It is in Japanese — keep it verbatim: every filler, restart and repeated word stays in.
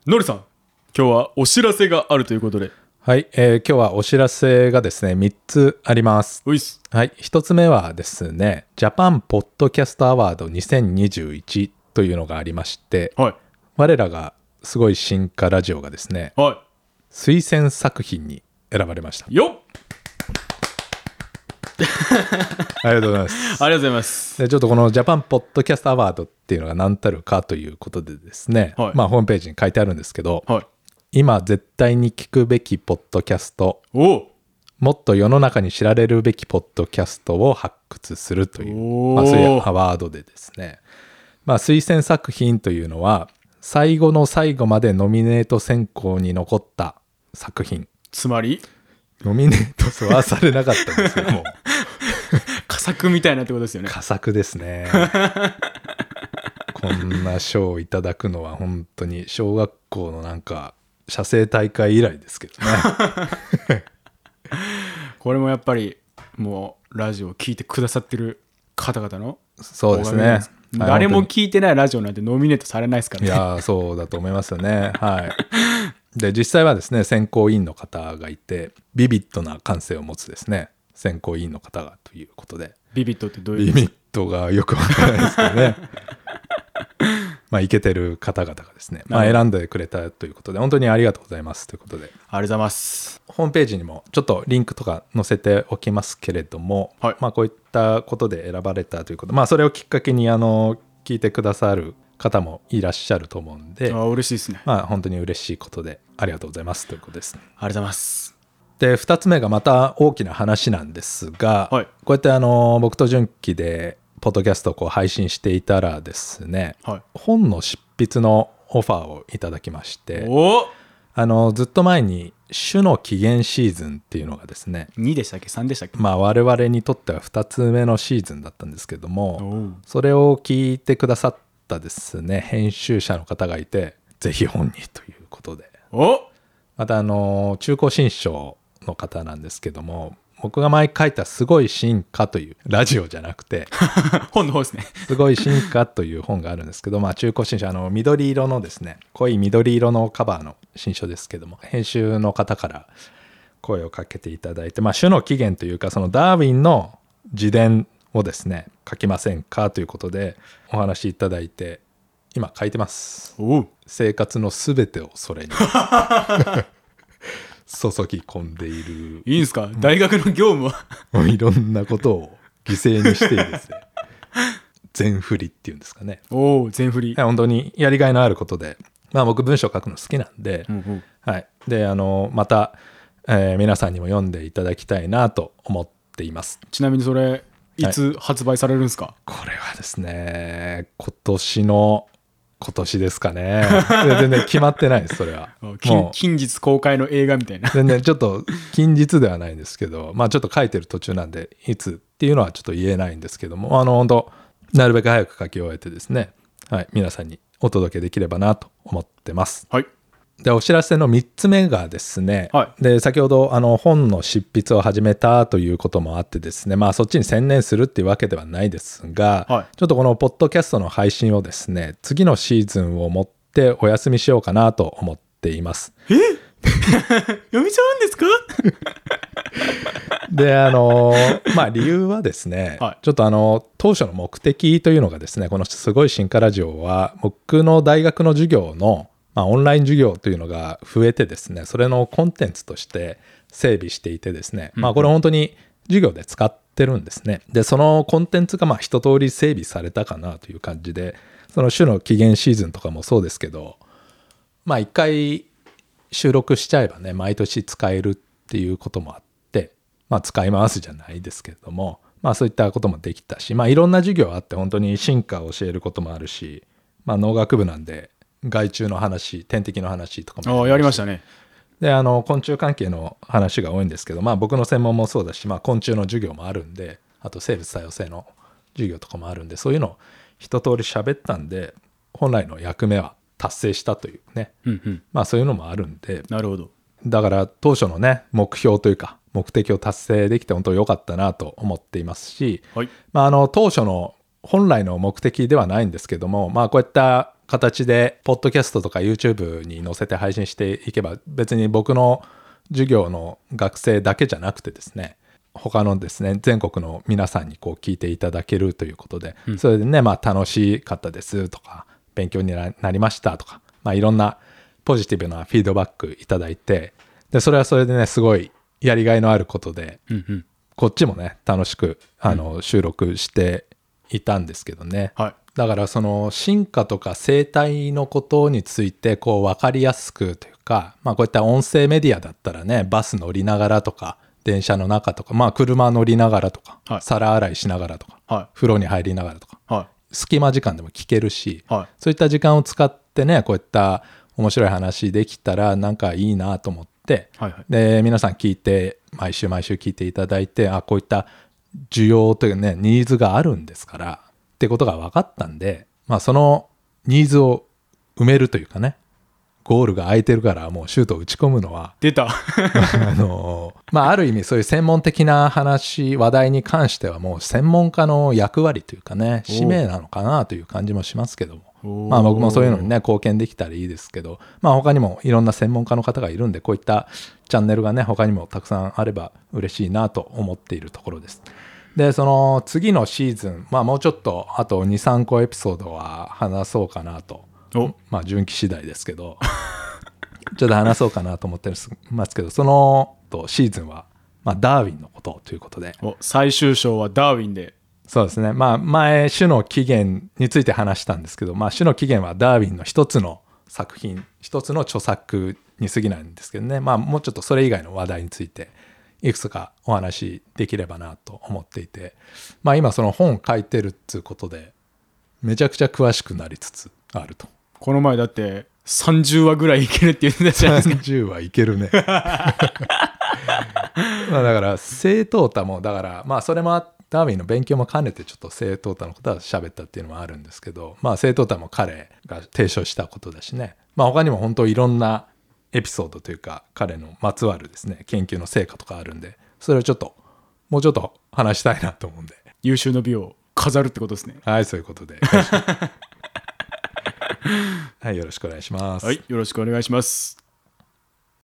のりさん、今日はお知らせがあるということで。 はい、えー今日はお知らせがですねみっつあります。 ういっす。 はい、ひとつめはですねジャパンポッドキャストアワードにせんにじゅういちというのがありまして、 はい我らがすごい進化ラジオがですねは推薦作品に選ばれました。 いよっありがとうございますありがとうございます。 でちょっとこのジャパンポッドキャストアワードっていうのが何たるかということでですね、 はいまあホームページに書いてあるんですけど、 はい。 今絶対に聞くべきポッドキャスト、 おうもっと世の中に知られるべきポッドキャストを発掘するという、 おーまあ、そういうアワードでですね、まあ、推薦作品というのは最後の最後までノミネート選考に残った作品。 つまりノミネートはされなかったんですけども佳作みたいなってことですよね。 佳作ですねこんな賞をいただくのは本当に小学校のなんか写生大会以来ですけどねこれもやっぱりもうラジオを聞いてくださってる方々のそうですね、 おかげです。 はい誰も本聞いてないラジオなんてノミネートされないですからね。 いやーそうだと思いますよね。はい。で実際はですね選考委員の方がいてビビッドな感性を持つですね選考委員の方がということで、 ビビットってどういうビビッドがよくわからないですけどねまあイケてる方々がですね、まあ、選んでくれたということで本当にありがとうございますということで、 ありがとうございます。 ホームページにもちょっとリンクとか載せておきますけれども、 はいまあ、こういったことで選ばれたということ、まあ、それをきっかけにあの聞いてくださる方もいらっしゃると思うんで、 あ嬉しいですね。 まあ、本当に嬉しいことでありがとうございますということです。 ありがとうございます。 でふたつめがまた大きな話なんですが、 はいこうやってあの僕と純喜でポッドキャストをこう配信していたらですね、 はい。 本の執筆のオファーをいただきまして、 おあのずっと前に種の起源シーズンっていうのがですね、 にでしたっけさんでしたっけ。 まあ、我々にとってはふたつめのシーズンだったんですけどおも、 うそれを聞いてくださったですね編集者の方がいて、ぜひ本にということで、 おまたあの中高新書の方なんですけども、僕が前書いたすごい進化というラジオじゃなくて本の方ですね。 すごい進化という本があるんですけど、まあ中高新書、あの緑色のですね濃い緑色のカバーの新書ですけども、編集の方から声をかけていただいて、まあ種の起源というかそのダーウィンの自伝をですね書きませんかということでお話しいただいて、今書いてます。 おう生活のすべてをそれに注ぎ込んでいる、 いいんすか、大学の業務は。 もういろんなことを犠牲にしてですね全振りっていうんですかね、 おお全振り。 いや本当にやりがいのあることで、まあ、僕文章書くの好きなんで、 うんうんはい、であのまた、えー皆さんにも読んでいただきたいなと思っています。 ちなみにそれいつ発売されるんですか。 これはですね今年の今年ですかね全然決まってないですそれはあ近もう近日公開の映画みたいな。 全然ちょっと近日ではないんですけど、まあちょっと書いてる途中なんでいつっていうのはちょっと言えないんですけども、あの本当なるべく早く書き終えてですね、はい、皆さんにお届けできればなと思ってます。 はいでお知らせのみっつめがですね、 はで先ほどあの本の執筆を始めたということもあってですね、まあそっちに専念するっていうわけではないですが、 はいちょっとこのポッドキャストの配信をですね次のシーズンをもってお休みしようかなと思っています。 読みちゃうんですか。 であのまあ理由はですね、 はいちょっとあの当初の目的というのがですね、このすごい進化ラジオは僕の大学の授業の、まあ、オンライン授業というのが増えてですね、それのコンテンツとして整備していてですね、まあこれ本当に授業で使ってるんですね。でそのコンテンツがまあ一通り整備されたかなという感じで、その種の起源シーズンとかもそうですけど、まあ一回収録しちゃえばね毎年使えるっていうこともあって、まあ、使い回すじゃないですけれども、まあ、そういったこともできたし、まあ、いろんな授業あって本当に進化を教えることもあるし、まあ、農学部なんで害虫の話天敵の話とかもああやりましたね。 であの昆虫関係の話が多いんですけど、まあ、僕の専門もそうだし、まあ、昆虫の授業もあるんで、あと生物多様性の授業とかもあるんで、そういうのを一通り喋ったんで本来の役目は達成したというね、 うんうんまあそういうのもあるんで、 なるほど。 だから当初のね目標というか目的を達成できて本当良かったなと思っていますし、 はいまあ、あの当初の本来の目的ではないんですけども、まあ、こういった形でポッドキャストとか YouTube に載せて配信していけば、別に僕の授業の学生だけじゃなくてですね、他のですね全国の皆さんにこう聞いていただけるということで、うん、それでね、まあ楽しかったですとか勉強になりましたとか、まあいろんなポジティブなフィードバックいただいて、でそれはそれでねすごいやりがいのあることで、うんうん、こっちもね楽しくあの、うん、収録していたんですけどね、はい、だからその進化とか生態のことについてこう分かりやすくというか、まあこういった音声メディアだったらね、バス乗りながらとか電車の中とか、まあ車乗りながらとか、はい、皿洗いしながらとか、はい、風呂に入りながらとか、はい、隙間時間でも聞けるし、はい、そういった時間を使ってねこういった面白い話できたらなんかいいなと思って、はいはい、で皆さん聞いて毎週毎週聞いていただいて、あこういった需要というねニーズがあるんですからってことが分かったんで、まあそのニーズを埋めるというかね、ゴールが空いてるからもうシュートを打ち込むのは出たあのまあある意味そういう専門的な話話題に関してはもう専門家の役割というかね使命なのかなという感じもしますけども、まあ僕もそういうのにね貢献できたらいいですけど、まあ他にもいろんな専門家の方がいるんで、こういったチャンネルがね他にもたくさんあれば嬉しいなと思っているところです。でその次のシーズン、まあもうちょっとあと にさんこエピソードは話そうかなと、まあ順期次第ですけどちょっと話そうかなと思ってますけど、そのシーズンは、まあ、ダーウィンのことということで、 お最終章はダーウィンで。 そうですね、まあ前種の起源について話したんですけど、まあ種の起源はダーウィンの一つの作品一つの著作に過ぎないんですけどね、まあもうちょっとそれ以外の話題についていくつかお話できればなと思っていて、まあ今その本書いてるっていうことでめちゃくちゃ詳しくなりつつあると。 この前だってさんじゅうわぐらいいけるって言ってたじゃないですか。 さんじゅうはいけるねまあだから正当多もだからまあそれもダーウィンの勉強も兼ねてちょっと正当多のことは喋ったっていうのもあるんですけど、まあ正当多も彼が提唱したことだしね、まあ他にも本当いろんなエピソードというか彼のまつわるですね研究の成果とかあるんで、それをちょっともうちょっと話したいなと思うんで、 優秀の美を飾るってことですね。 はい、そういうことではい、よろしくお願いします。 はい、よろしくお願いします。